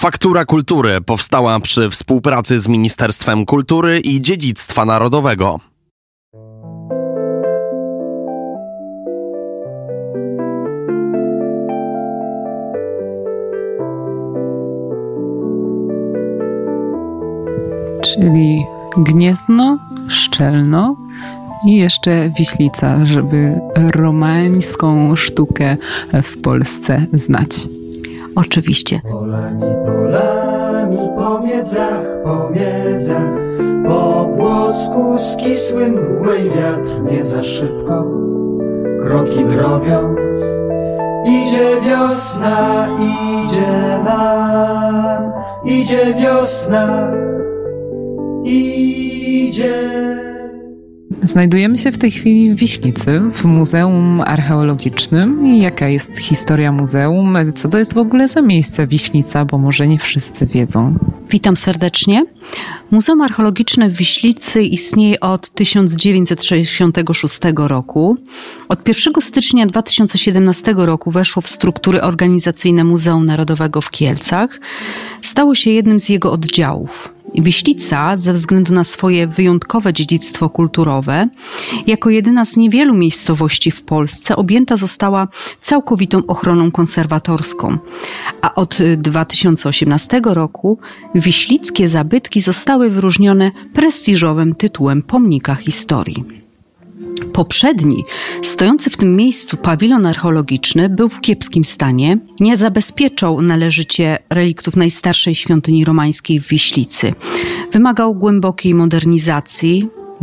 Faktura Kultury powstała przy współpracy z Ministerstwem Kultury i Dziedzictwa Narodowego. Czyli Gniezno, Szczelno i jeszcze Wiślica, żeby romańską sztukę w Polsce znać. Oczywiście. Polami, po miedzach, po błosku skisłym mgłej wiatr nie za szybko, kroki drobiąc. Idzie wiosna, idzie nam, idzie wiosna, idzie. Znajdujemy się w tej chwili w Wiślicy, w Muzeum Archeologicznym. I jaka jest historia muzeum? Co to jest w ogóle za miejsce Wiślica, bo może nie wszyscy wiedzą. Witam serdecznie. Muzeum Archeologiczne w Wiślicy istnieje od 1966 roku. Od 1 stycznia 2017 roku weszło w struktury organizacyjne Muzeum Narodowego w Kielcach. Stało się jednym z jego oddziałów. Wiślica, ze względu na swoje wyjątkowe dziedzictwo kulturowe, jako jedyna z niewielu miejscowości w Polsce objęta została całkowitą ochroną konserwatorską. A od 2018 roku wiślickie zabytki zostały wyróżnione prestiżowym tytułem Pomnika Historii. Poprzedni, stojący w tym miejscu pawilon archeologiczny był w kiepskim stanie, nie zabezpieczał należycie reliktów najstarszej świątyni romańskiej w Wiślicy. Wymagał głębokiej modernizacji. W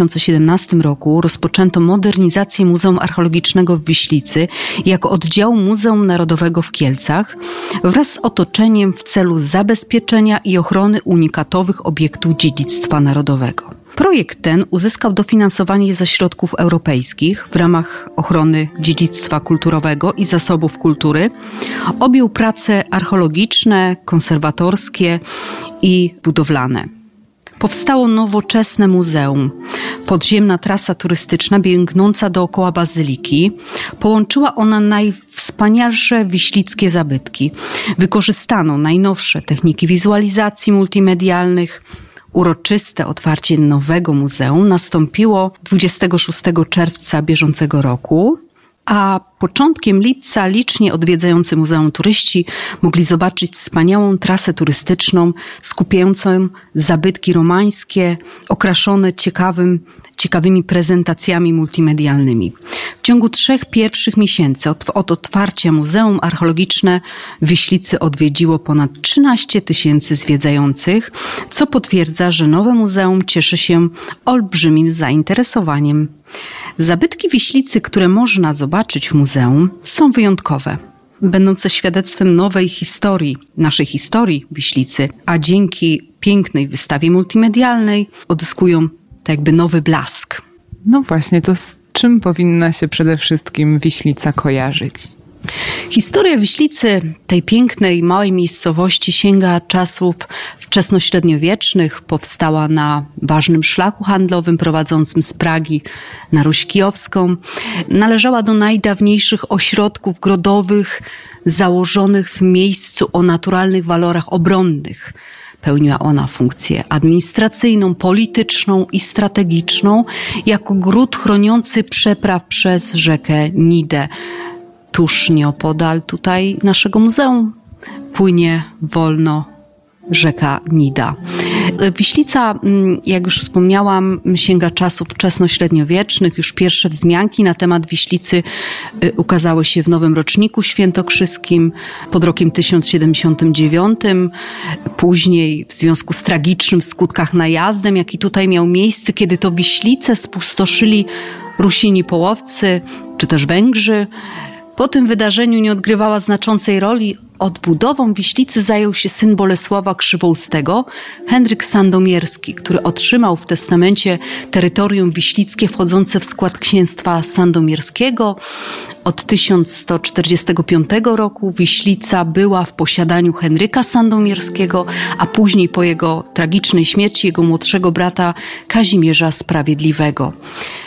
2017 roku rozpoczęto modernizację Muzeum Archeologicznego w Wiślicy jako oddziału Muzeum Narodowego w Kielcach wraz z otoczeniem w celu zabezpieczenia i ochrony unikatowych obiektów dziedzictwa narodowego. Projekt ten uzyskał dofinansowanie ze środków europejskich w ramach ochrony dziedzictwa kulturowego i zasobów kultury. Objął prace archeologiczne, konserwatorskie i budowlane. Powstało nowoczesne muzeum. Podziemna trasa turystyczna biegnąca dookoła bazyliki. Połączyła ona najwspanialsze wiślickie zabytki. Wykorzystano najnowsze techniki wizualizacji multimedialnych. Uroczyste otwarcie nowego muzeum nastąpiło 26 czerwca bieżącego roku, a początkiem lipca licznie odwiedzający muzeum turyści mogli zobaczyć wspaniałą trasę turystyczną skupiającą zabytki romańskie, okraszone ciekawymi prezentacjami multimedialnymi. W ciągu 3 pierwszych miesięcy od otwarcia Muzeum Archeologiczne w Wiślicy odwiedziło ponad 13 000 zwiedzających, co potwierdza, że nowe muzeum cieszy się olbrzymim zainteresowaniem. Zabytki Wiślicy, które można zobaczyć w muzeum, są wyjątkowe, będące świadectwem nowej historii, naszej historii Wiślicy, a dzięki pięknej wystawie multimedialnej odzyskują tak jakby nowy blask. No właśnie, to z czym powinna się przede wszystkim Wiślica kojarzyć? Historia Wiślicy, tej pięknej, małej miejscowości, sięga czasów wczesnośredniowiecznych. Powstała na ważnym szlaku handlowym prowadzącym z Pragi na Ruś Kijowską. Należała do najdawniejszych ośrodków grodowych założonych w miejscu o naturalnych walorach obronnych. Pełniła ona funkcję administracyjną, polityczną i strategiczną jako gród chroniący przepraw przez rzekę Nidę. Tuż nieopodal tutaj naszego muzeum płynie wolno rzeka Nida. Wiślica, jak już wspomniałam, sięga czasów wczesnośredniowiecznych. Już pierwsze wzmianki na temat Wiślicy ukazały się w nowym roczniku świętokrzyskim pod rokiem 1079. Później w związku z tragicznym w skutkach najazdem, jaki tutaj miał miejsce, kiedy to Wiślicę spustoszyli Rusini połowcy, czy też Węgrzy. Po tym wydarzeniu nie odgrywała znaczącej roli. Odbudową Wiślicy zajął się syn Bolesława Krzywoustego, Henryk Sandomierski, który otrzymał w testamencie terytorium wiślickie wchodzące w skład księstwa sandomierskiego. Od 1145 roku Wiślica była w posiadaniu Henryka Sandomierskiego, a później po jego tragicznej śmierci jego młodszego brata Kazimierza Sprawiedliwego.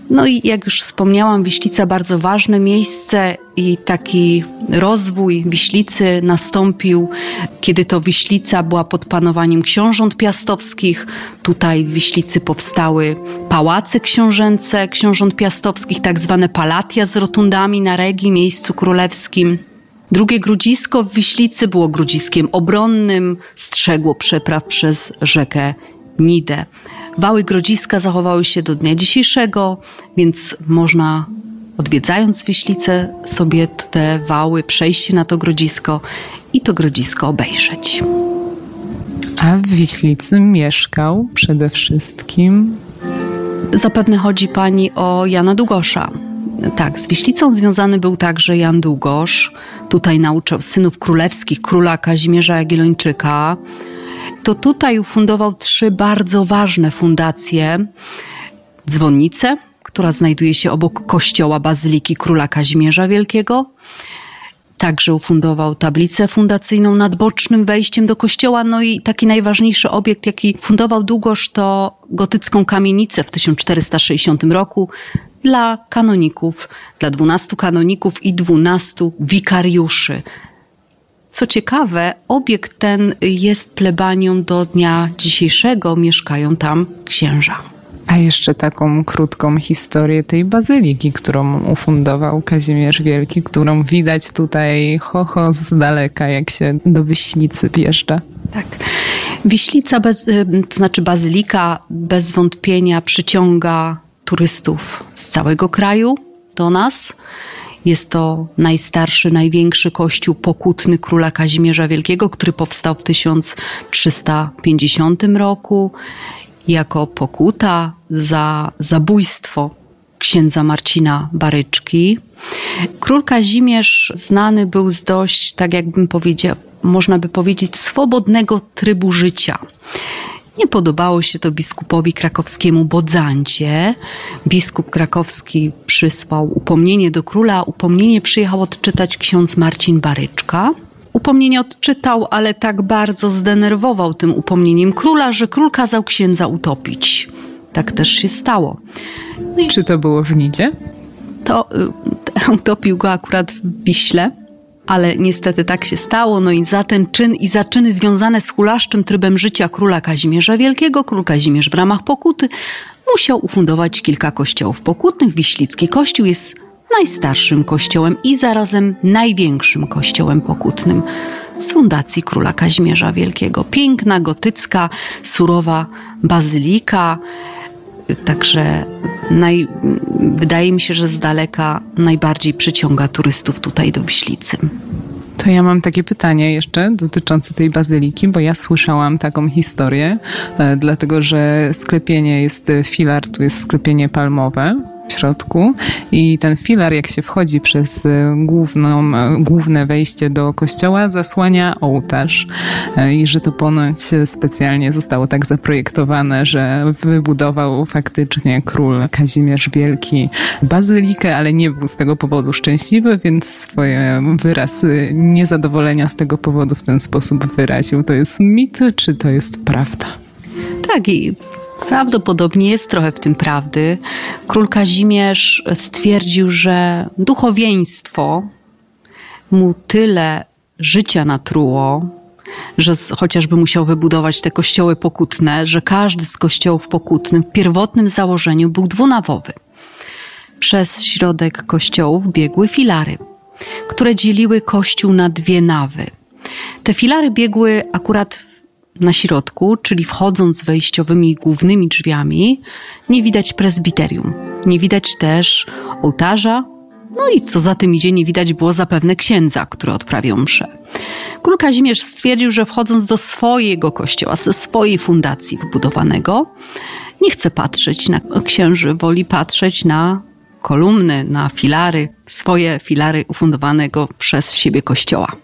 No i jak już wspomniałam, Wiślica bardzo ważne miejsce i taki rozwój Wiślicy nastąpił, kiedy to Wiślica była pod panowaniem książąt piastowskich. Tutaj w Wiślicy powstały pałace książęce książąt piastowskich, tak zwane palatia z rotundami na Regi, miejscu królewskim. Drugie Grudzisko w Wiślicy było Grudziskiem obronnym, strzegło przepraw przez rzekę Nidę. Wały Grodziska zachowały się do dnia dzisiejszego, więc można, odwiedzając Wiślicę, sobie te wały przejść się na to Grodzisko i to Grodzisko obejrzeć. A w Wiślicy mieszkał przede wszystkim... Zapewne chodzi pani o Jana Długosza. Tak, z Wiślicą związany był także Jan Długosz. Tutaj nauczał synów królewskich króla Kazimierza Jagiellończyka. To tutaj ufundował 3 bardzo ważne fundacje. Dzwonnicę, która znajduje się obok kościoła Bazyliki Króla Kazimierza Wielkiego. Także ufundował tablicę fundacyjną nad bocznym wejściem do kościoła. No i taki najważniejszy obiekt, jaki fundował Długosz, to gotycką kamienicę w 1460 roku dla kanoników, dla 12 kanoników i 12 wikariuszy. Co ciekawe, obiekt ten jest plebanią do dnia dzisiejszego, mieszkają tam księża. A jeszcze taką krótką historię tej bazyliki, którą ufundował Kazimierz Wielki, którą widać tutaj z daleka, jak się do Wiślicy wjeżdża. Tak. Wiślica, to znaczy bazylika, bez wątpienia przyciąga turystów z całego kraju do nas. Jest to najstarszy, największy kościół pokutny króla Kazimierza Wielkiego, który powstał w 1350 roku jako pokuta za zabójstwo księdza Marcina Baryczki. Król Kazimierz znany był z dość, tak jakbym powiedział, można by powiedzieć, swobodnego trybu życia. Nie podobało się to biskupowi krakowskiemu Bodzancie. Biskup krakowski przysłał upomnienie do króla, a upomnienie przyjechał odczytać ksiądz Marcin Baryczka. Upomnienie odczytał, ale tak bardzo zdenerwował tym upomnieniem króla, że król kazał księdza utopić. Tak też się stało. No i czy to było w Nidzie? To utopił go akurat w Wiśle. Ale niestety tak się stało, no i za ten czyn i za czyny związane z hulaszczym trybem życia króla Kazimierza Wielkiego, król Kazimierz w ramach pokuty musiał ufundować kilka kościołów pokutnych. Wiślicki kościół jest najstarszym kościołem i zarazem największym kościołem pokutnym z fundacji króla Kazimierza Wielkiego. Piękna, gotycka, surowa bazylika, także wydaje mi się, że z daleka najbardziej przyciąga turystów tutaj do Wiślicy. To ja mam takie pytanie jeszcze dotyczące tej bazyliki, bo ja słyszałam taką historię, dlatego że sklepienie jest filar, tu jest sklepienie palmowe w środku i ten filar, jak się wchodzi przez główne wejście do kościoła, zasłania ołtarz i że to ponoć specjalnie zostało tak zaprojektowane, że wybudował faktycznie król Kazimierz Wielki bazylikę, ale nie był z tego powodu szczęśliwy, więc swoje wyraz niezadowolenia z tego powodu w ten sposób wyraził. To jest mit, czy to jest prawda? Tak, i prawdopodobnie jest trochę w tym prawdy. Król Kazimierz stwierdził, że duchowieństwo mu tyle życia natruło, że chociażby musiał wybudować te kościoły pokutne, że każdy z kościołów pokutnych w pierwotnym założeniu był dwunawowy. Przez środek kościołów biegły filary, które dzieliły kościół na 2 nawy. Te filary biegły akurat na środku, czyli wchodząc wejściowymi głównymi drzwiami, nie widać prezbiterium. Nie widać też ołtarza, no i co za tym idzie, nie widać było zapewne księdza, który odprawiał mszę. Król Kazimierz stwierdził, że wchodząc do swojego kościoła, ze swojej fundacji wybudowanego, nie chce patrzeć na księży, woli patrzeć na kolumny, na filary, swoje filary ufundowanego przez siebie kościoła.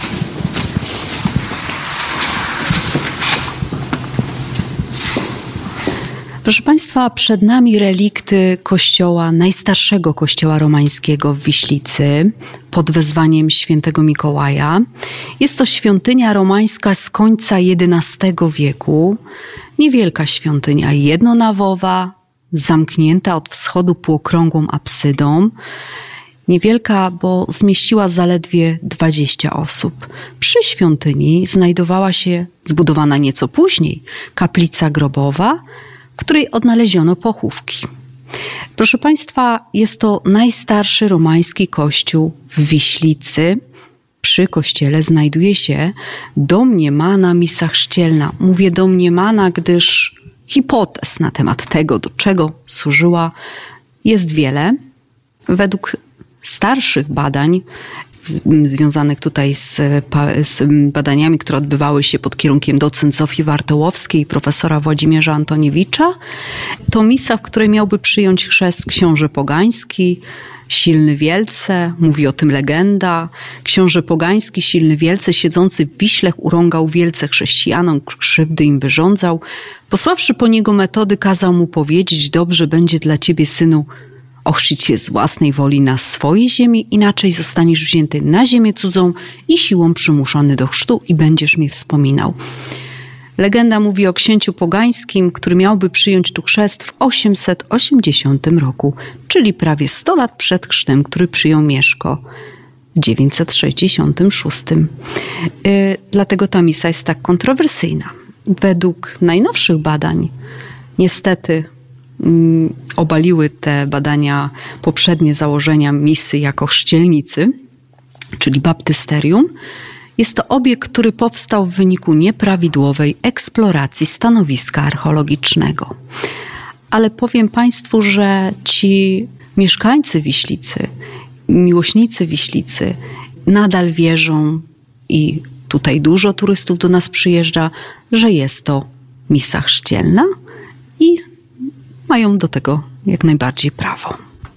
Proszę Państwa, przed nami relikty kościoła, najstarszego kościoła romańskiego w Wiślicy pod wezwaniem świętego Mikołaja. Jest to świątynia romańska z końca XI wieku. Niewielka świątynia, jednonawowa, zamknięta od wschodu półokrągłą absydą. Niewielka, bo zmieściła zaledwie 20 osób. Przy świątyni znajdowała się, zbudowana nieco później, kaplica grobowa, w której odnaleziono pochówki. Proszę Państwa, jest to najstarszy romański kościół w Wiślicy. Przy kościele znajduje się domniemana misa chrzcielna. Mówię domniemana, gdyż hipotez na temat tego, do czego służyła, jest wiele. Według starszych badań związanych tutaj z badaniami, które odbywały się pod kierunkiem docent Zofii Wartołowskiej i profesora Włodzimierza Antoniewicza, to misa, w której miałby przyjąć chrzest książę Pogański, silny wielce, mówi o tym legenda. Książę Pogański, silny wielce, siedzący w Wiślech, urągał wielce chrześcijanom, krzywdy im wyrządzał. Posławszy po niego metody, kazał mu powiedzieć: dobrze będzie dla ciebie, synu, ochrzcić się z własnej woli na swojej ziemi, inaczej zostaniesz wzięty na ziemię cudzą i siłą przymuszony do chrztu i będziesz mnie wspominał. Legenda mówi o księciu Pogańskim, który miałby przyjąć tu chrzest w 880 roku, czyli prawie 100 lat przed chrztem, który przyjął Mieszko w 966. Dlatego ta misa jest tak kontrowersyjna. Według najnowszych badań, niestety, obaliły te badania poprzednie założenia misy jako chrzcielnicy, czyli baptysterium. Jest to obiekt, który powstał w wyniku nieprawidłowej eksploracji stanowiska archeologicznego. Ale powiem Państwu, że ci mieszkańcy Wiślicy, miłośnicy Wiślicy nadal wierzą i tutaj dużo turystów do nas przyjeżdża, że jest to misa chrzcielna i mają do tego jak najbardziej prawo.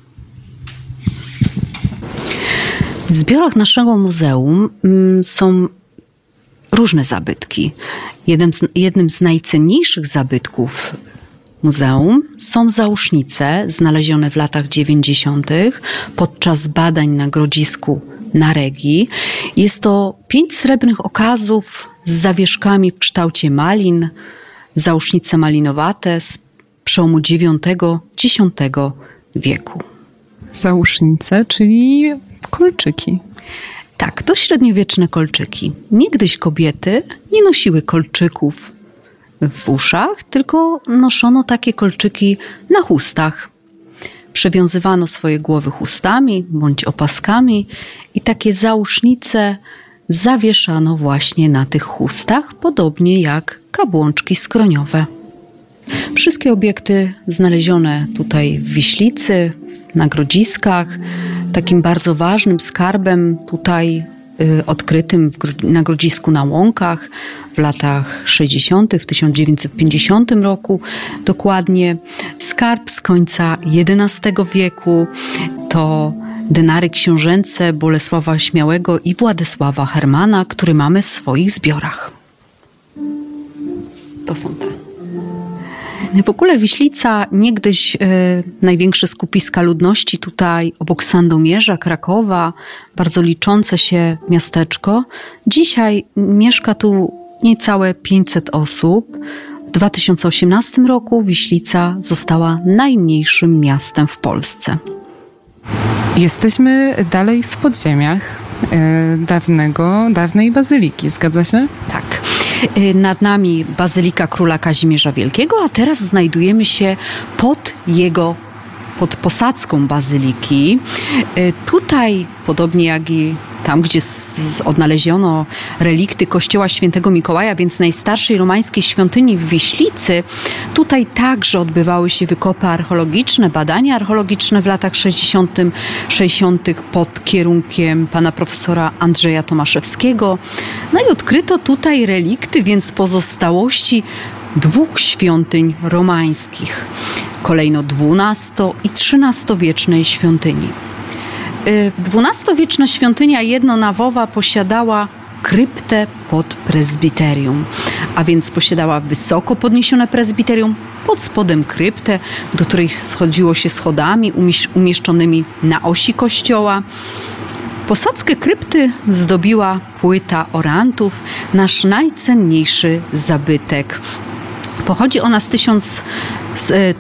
W zbiorach naszego muzeum są różne zabytki. Jednym z najcenniejszych zabytków muzeum są zausznice znalezione w latach 90. podczas badań na grodzisku na Regii. Jest to 5 srebrnych okazów z zawieszkami w kształcie malin, zausznice malinowate z przełomu IX-X wieku. Zausznice, czyli kolczyki. Tak, to średniowieczne kolczyki. Niegdyś kobiety nie nosiły kolczyków w uszach, tylko noszono takie kolczyki na chustach. Przewiązywano swoje głowy chustami bądź opaskami i takie zausznice zawieszano właśnie na tych chustach, podobnie jak kabłączki skroniowe. Wszystkie obiekty znalezione tutaj w Wiślicy, na grodziskach, takim bardzo ważnym skarbem tutaj odkrytym na grodzisku na Łąkach w latach 60., w 1950 roku dokładnie. Skarb z końca XI wieku to denary książęce Bolesława Śmiałego i Władysława Hermana, który mamy w swoich zbiorach. To są te. W ogóle Wiślica, niegdyś największe skupiska ludności tutaj obok Sandomierza, Krakowa, bardzo liczące się miasteczko. Dzisiaj mieszka tu niecałe 500 osób. W 2018 roku Wiślica została najmniejszym miastem w Polsce. Jesteśmy dalej w podziemiach dawnej bazyliki, zgadza się? Tak. Nad nami Bazylika Króla Kazimierza Wielkiego, a teraz znajdujemy się pod posadzką bazyliki. Tutaj, podobnie jak i tam, gdzie odnaleziono relikty kościoła świętego Mikołaja, więc najstarszej romańskiej świątyni w Wiślicy, tutaj także odbywały się wykopy archeologiczne, badania archeologiczne w latach 60. pod kierunkiem pana profesora Andrzeja Tomaszewskiego. No i odkryto tutaj relikty, więc pozostałości 2 świątyń romańskich, kolejno XII i XIII-wiecznej świątyni. XII-wieczna świątynia jednonawowa posiadała kryptę pod prezbiterium, a więc posiadała wysoko podniesione prezbiterium, pod spodem kryptę, do której schodziło się schodami umieszczonymi na osi kościoła. Posadzkę krypty zdobiła płyta orantów, nasz najcenniejszy zabytek. Pochodzi ona z z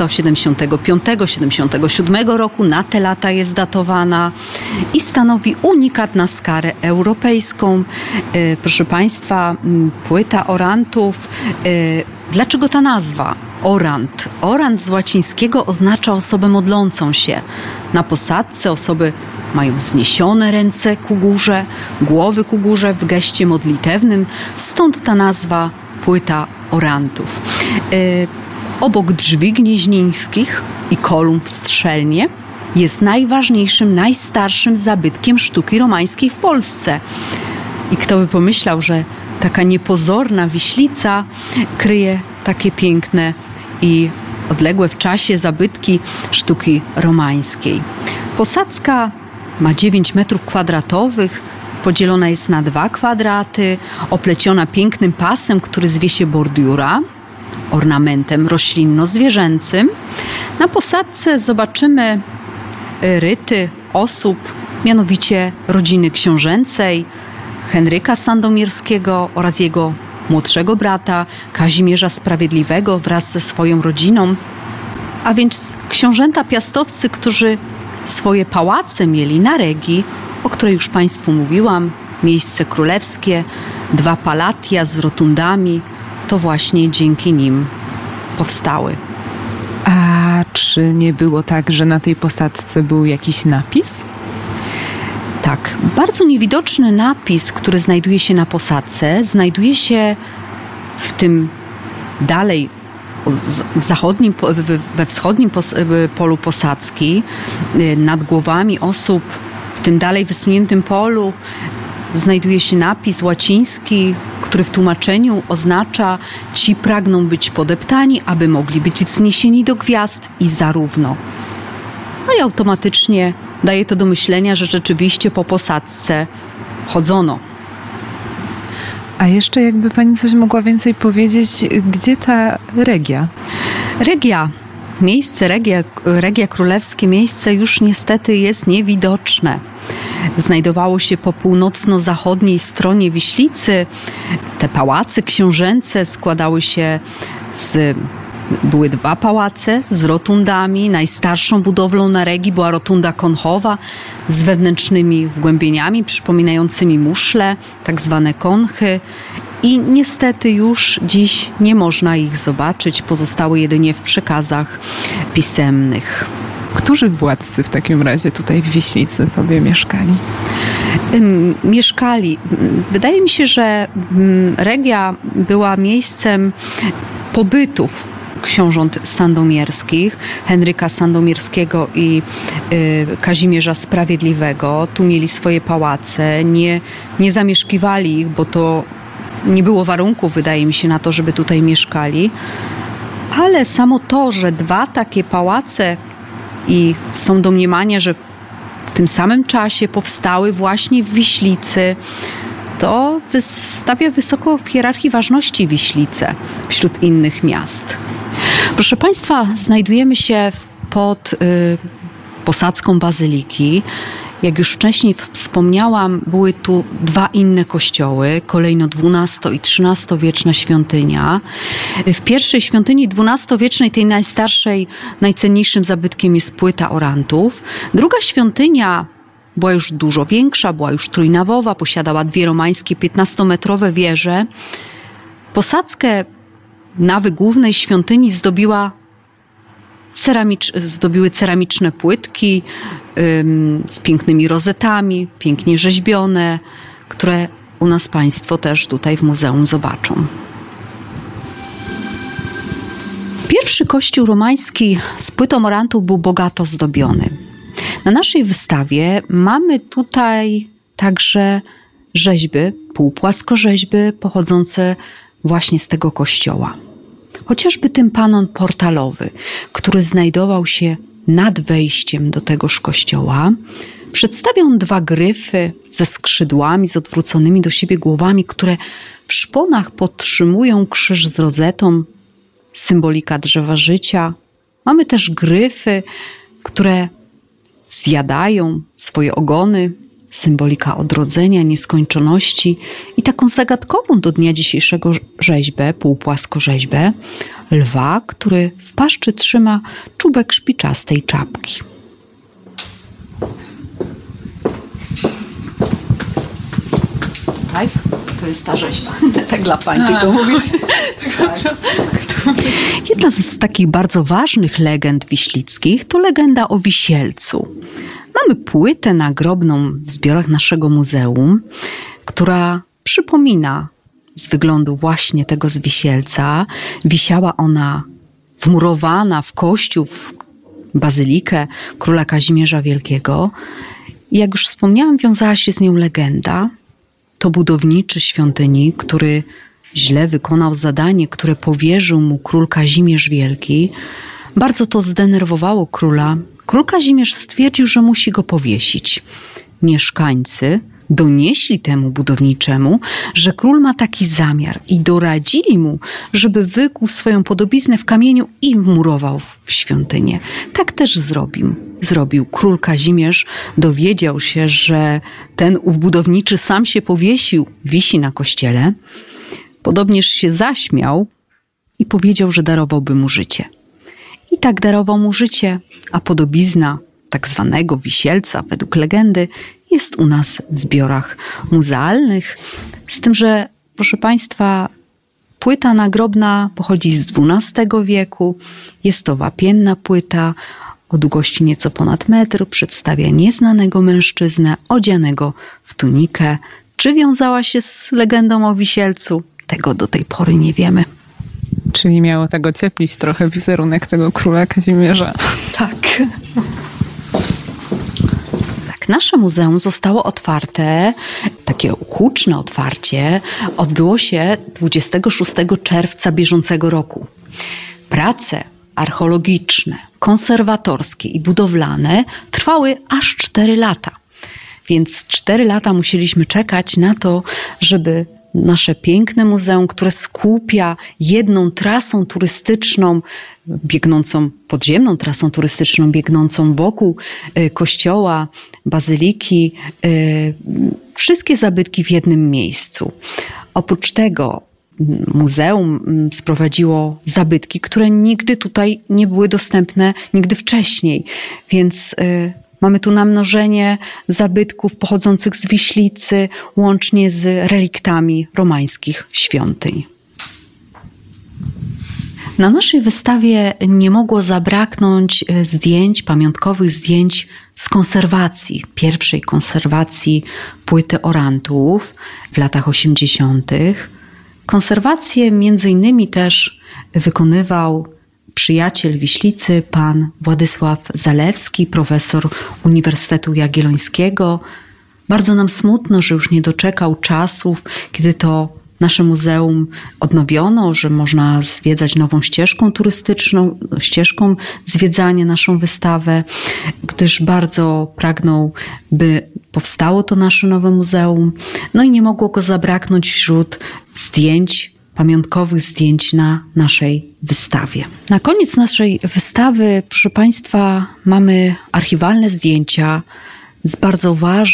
1175-77 roku. Na te lata jest datowana i stanowi unikat na skalę europejską. Proszę Państwa, płyta orantów. Dlaczego ta nazwa? Orant. Orant z łacińskiego oznacza osobę modlącą się. Na posadzce osoby mają wzniesione ręce ku górze, głowy ku górze w geście modlitewnym. Stąd ta nazwa płyta orantów. Obok drzwi gnieźnieńskich i kolumn w Strzelnie jest najważniejszym, najstarszym zabytkiem sztuki romańskiej w Polsce. I kto by pomyślał, że taka niepozorna Wiślica kryje takie piękne i odległe w czasie zabytki sztuki romańskiej. Posadzka ma 9 metrów kwadratowych, podzielona jest na 2 kwadraty, opleciona pięknym pasem, który zwie się bordiura, ornamentem roślinno-zwierzęcym. Na posadzce zobaczymy ryty osób, mianowicie rodziny książęcej, Henryka Sandomierskiego oraz jego młodszego brata Kazimierza Sprawiedliwego wraz ze swoją rodziną. A więc książęta piastowscy, którzy swoje pałace mieli na Regii, o której już Państwu mówiłam, miejsce królewskie, 2 palatia z rotundami, to właśnie dzięki nim powstały. A czy nie było tak, że na tej posadzce był jakiś napis? Tak, bardzo niewidoczny napis, który znajduje się na posadzce, znajduje się w tym dalej we wschodnim polu posadzki, nad głowami osób, w tym dalej wysuniętym polu znajduje się napis łaciński, który w tłumaczeniu oznacza: ci pragną być podeptani, aby mogli być wzniesieni do gwiazd i zarówno. No i automatycznie daje to do myślenia, że rzeczywiście po posadzce chodzono. A jeszcze jakby Pani coś mogła więcej powiedzieć, gdzie ta Regia? Regia królewskie miejsce już niestety jest niewidoczne. Znajdowało się po północno-zachodniej stronie Wiślicy. Te pałace książęce składały się były 2 pałace z rotundami. Najstarszą budowlą na Regii była rotunda konchowa z wewnętrznymi wgłębieniami przypominającymi muszle, tak zwane konchy. I niestety już dziś nie można ich zobaczyć, pozostały jedynie w przekazach pisemnych. Którzy władcy w takim razie tutaj w Wiślicy sobie mieszkali? Wydaje mi się, że Regia była miejscem pobytów książąt sandomierskich, Henryka Sandomierskiego i Kazimierza Sprawiedliwego. Tu mieli swoje pałace, nie zamieszkiwali ich, bo to nie było warunków, wydaje mi się, na to, żeby tutaj mieszkali. Ale samo to, że 2 takie pałace i są domniemania, że w tym samym czasie powstały właśnie w Wiślicy, to stawia wysoko w hierarchii ważności Wiślicę wśród innych miast. Proszę Państwa, znajdujemy się pod posadzką bazyliki. Jak już wcześniej wspomniałam, były tu 2 inne kościoły, kolejno XII i XIII-wieczna świątynia. W pierwszej świątyni XII-wiecznej, tej najstarszej, najcenniejszym zabytkiem jest płyta orantów. Druga świątynia była już dużo większa, była już trójnawowa, posiadała 2 romańskie 15-metrowe wieże. Posadzkę nawy głównej świątyni zdobiły ceramiczne płytki z pięknymi rozetami, pięknie rzeźbione, które u nas Państwo też tutaj w muzeum zobaczą. Pierwszy kościół romański z płytą orantów był bogato zdobiony. Na naszej wystawie mamy tutaj także rzeźby, półpłaskorzeźby pochodzące właśnie z tego kościoła. Chociażby tympanon portalowy, który znajdował się nad wejściem do tegoż kościoła, przedstawia on 2 gryfy ze skrzydłami, z odwróconymi do siebie głowami, które w szponach podtrzymują krzyż z rozetą, symbolika drzewa życia. Mamy też gryfy, które zjadają swoje ogony symbolika odrodzenia, nieskończoności i taką zagadkową do dnia dzisiejszego rzeźbę, półpłaskorzeźbę lwa, który w paszczy trzyma czubek szpiczastej czapki. Tak? To jest ta rzeźba. Tak dla pań tylko mówię. Jedna z takich bardzo ważnych legend wiślickich to legenda o Wisielcu. Mamy płytę nagrobną w zbiorach naszego muzeum, która przypomina z wyglądu właśnie tego z Wisielca. Wisiała ona wmurowana w kościół, w bazylikę króla Kazimierza Wielkiego. I jak już wspomniałam, wiązała się z nią legenda. To budowniczy świątyni, który źle wykonał zadanie, które powierzył mu król Kazimierz Wielki. Bardzo to zdenerwowało króla. Król Kazimierz stwierdził, że musi go powiesić. Mieszkańcy donieśli temu budowniczemu, że król ma taki zamiar i doradzili mu, żeby wykuł swoją podobiznę w kamieniu i wmurował w świątynię. Tak też zrobił. Król Kazimierz dowiedział się, że ten budowniczy sam się powiesił, wisi na kościele. Podobnież się zaśmiał i powiedział, że darowałby mu życie. I tak darował mu życie, a podobizna tak zwanego Wisielca, według legendy, jest u nas w zbiorach muzealnych. Z tym, że, proszę Państwa, płyta nagrobna pochodzi z XII wieku. Jest to wapienna płyta o długości nieco ponad metr. Przedstawia nieznanego mężczyznę odzianego w tunikę. Czy wiązała się z legendą o Wisielcu? Tego do tej pory nie wiemy. Czyli miało tak ocieplić trochę wizerunek tego króla Kazimierza. Tak. Nasze muzeum zostało otwarte, takie huczne otwarcie, odbyło się 26 czerwca bieżącego roku. Prace archeologiczne, konserwatorskie i budowlane trwały aż 4 lata. Więc 4 lata musieliśmy czekać na to, żeby nasze piękne muzeum, które skupia jedną trasą turystyczną, podziemną trasą turystyczną, biegnącą wokół kościoła, bazyliki, wszystkie zabytki w jednym miejscu. Oprócz tego muzeum sprowadziło zabytki, które nigdy tutaj nie były dostępne, nigdy wcześniej. Więc mamy tu namnożenie zabytków pochodzących z Wiślicy, łącznie z reliktami romańskich świątyń. Na naszej wystawie nie mogło zabraknąć zdjęć, pamiątkowych zdjęć z konserwacji, pierwszej konserwacji płyty orantów w latach 80. Konserwację między innymi też wykonywał przyjaciel Wiślicy, pan Władysław Zalewski, profesor Uniwersytetu Jagiellońskiego. Bardzo nam smutno, że już nie doczekał czasów, kiedy to nasze muzeum odnowiono, że można zwiedzać nową ścieżką turystyczną, ścieżką zwiedzania naszą wystawę, gdyż bardzo pragnął, by powstało to nasze nowe muzeum. No i nie mogło go zabraknąć wśród zdjęć, pamiątkowych zdjęć na naszej wystawie. Na koniec naszej wystawy, proszę Państwa, mamy archiwalne zdjęcia z bardzo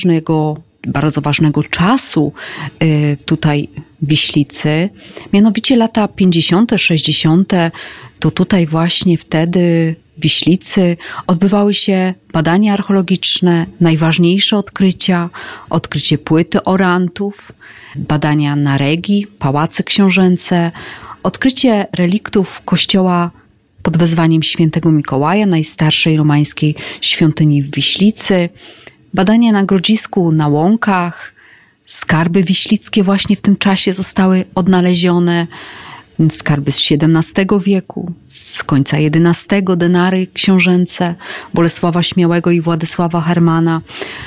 ważnego czasu tutaj Wiślicy, mianowicie lata 50., 60. To tutaj właśnie wtedy w Wiślicy odbywały się badania archeologiczne, najważniejsze odkrycia, odkrycie płyty orantów, badania na Regii, pałace książęce, odkrycie reliktów kościoła pod wezwaniem świętego Mikołaja, najstarszej romańskiej świątyni w Wiślicy, badania na Grodzisku, na Łąkach, skarby wiślickie właśnie w tym czasie zostały odnalezione, skarby z XVII wieku, z końca XI, denary książęce Bolesława Śmiałego i Władysława Hermana.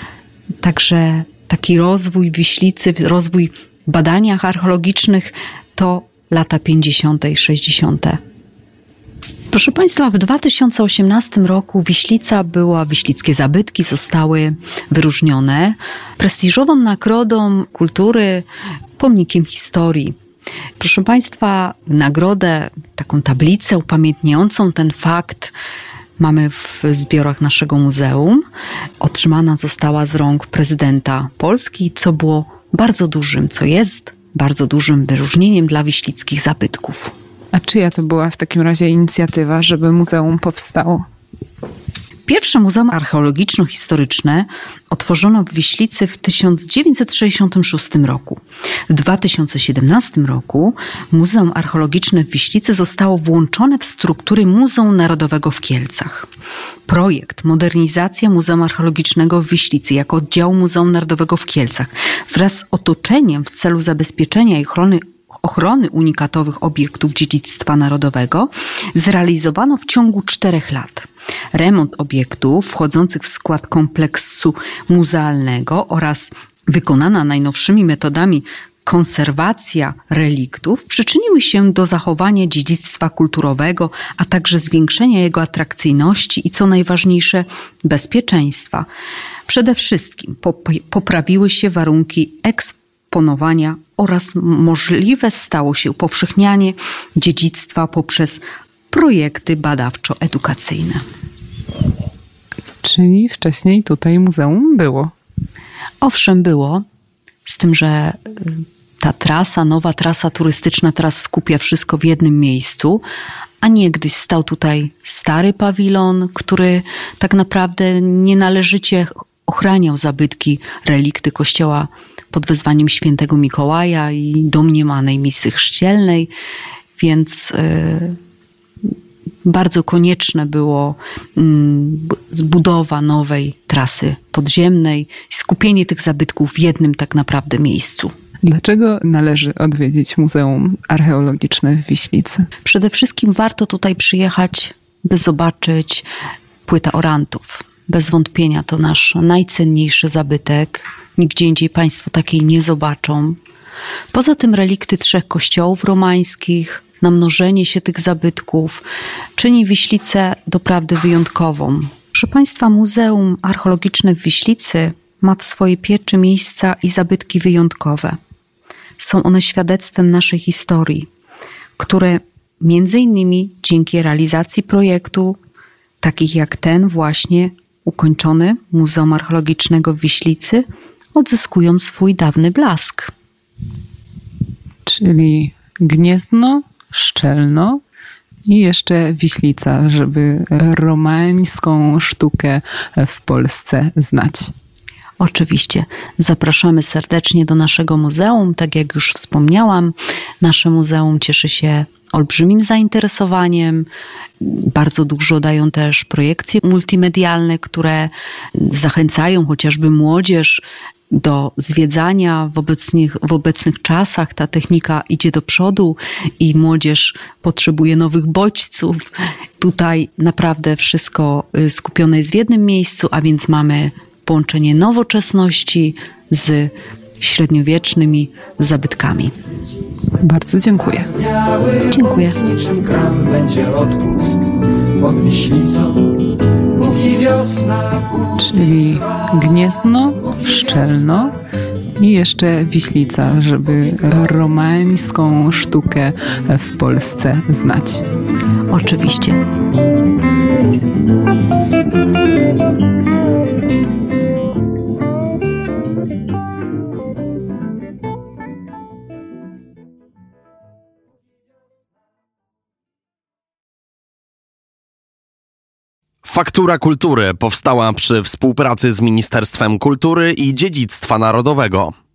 Także taki rozwój Wiślicy, rozwój w badaniach archeologicznych to lata 50. i 60. Proszę Państwa, w 2018 roku wiślickie zabytki zostały wyróżnione prestiżową nagrodą kultury, pomnikiem historii. Proszę Państwa, nagrodę, taką tablicę upamiętniającą ten fakt mamy w zbiorach naszego muzeum. Otrzymana została z rąk prezydenta Polski, co było bardzo dużym, co jest bardzo dużym wyróżnieniem dla wiślickich zabytków. A czyja to była w takim razie inicjatywa, żeby muzeum powstało? Pierwsze Muzeum Archeologiczno-Historyczne otworzono w Wiślicy w 1966 roku. W 2017 roku Muzeum Archeologiczne w Wiślicy zostało włączone w struktury Muzeum Narodowego w Kielcach. Projekt Modernizacja Muzeum Archeologicznego w Wiślicy jako oddziału Muzeum Narodowego w Kielcach wraz z otoczeniem w celu zabezpieczenia i ochrony unikatowych obiektów dziedzictwa narodowego zrealizowano w ciągu 4 lat. Remont obiektów wchodzących w skład kompleksu muzealnego oraz wykonana najnowszymi metodami konserwacja reliktów przyczyniły się do zachowania dziedzictwa kulturowego, a także zwiększenia jego atrakcyjności i, co najważniejsze, bezpieczeństwa. Przede wszystkim poprawiły się warunki eksponowania oraz możliwe stało się upowszechnianie dziedzictwa poprzez projekty badawczo-edukacyjne. Czyli wcześniej tutaj muzeum było? Owszem, było. Z tym, że ta trasa, nowa trasa turystyczna teraz skupia wszystko w jednym miejscu, a niegdyś stał tutaj stary pawilon, który tak naprawdę nienależycie ochraniał zabytki, relikty kościoła pod wezwaniem świętego Mikołaja i domniemanej misy chrzcielnej, więc bardzo konieczne było zbudowa nowej trasy podziemnej i skupienie tych zabytków w jednym tak naprawdę miejscu. Dlaczego należy odwiedzić Muzeum Archeologiczne w Wiślicy? Przede wszystkim warto tutaj przyjechać, by zobaczyć płytę orantów. Bez wątpienia to nasz najcenniejszy zabytek. Nigdzie indziej Państwo takiej nie zobaczą. Poza tym relikty 3 kościołów romańskich, namnożenie się tych zabytków czyni Wiślicę doprawdy wyjątkową. Proszę Państwa, Muzeum Archeologiczne w Wiślicy ma w swojej pieczy miejsca i zabytki wyjątkowe. Są one świadectwem naszej historii, które między innymi dzięki realizacji projektu, takich jak ten właśnie ukończony Muzeum Archeologicznego w Wiślicy, odzyskują swój dawny blask. Czyli Gniezno, Szczelno i jeszcze Wiślica, żeby romańską sztukę w Polsce znać. Oczywiście. Zapraszamy serdecznie do naszego muzeum. Tak jak już wspomniałam, nasze muzeum cieszy się olbrzymim zainteresowaniem. Bardzo dużo dają też projekcje multimedialne, które zachęcają chociażby młodzież do zwiedzania w obecnych czasach. Ta technika idzie do przodu i młodzież potrzebuje nowych bodźców. Tutaj naprawdę wszystko skupione jest w jednym miejscu, a więc mamy połączenie nowoczesności z średniowiecznymi zabytkami. Bardzo dziękuję. Dziękuję. Niczym gram będzie odpust pod Wiślicą, póki wiosna. Czyli Gniezno, Szczelno i jeszcze Wiślica, żeby romańską sztukę w Polsce znać. Oczywiście. Faktura Kultury powstała przy współpracy z Ministerstwem Kultury i Dziedzictwa Narodowego.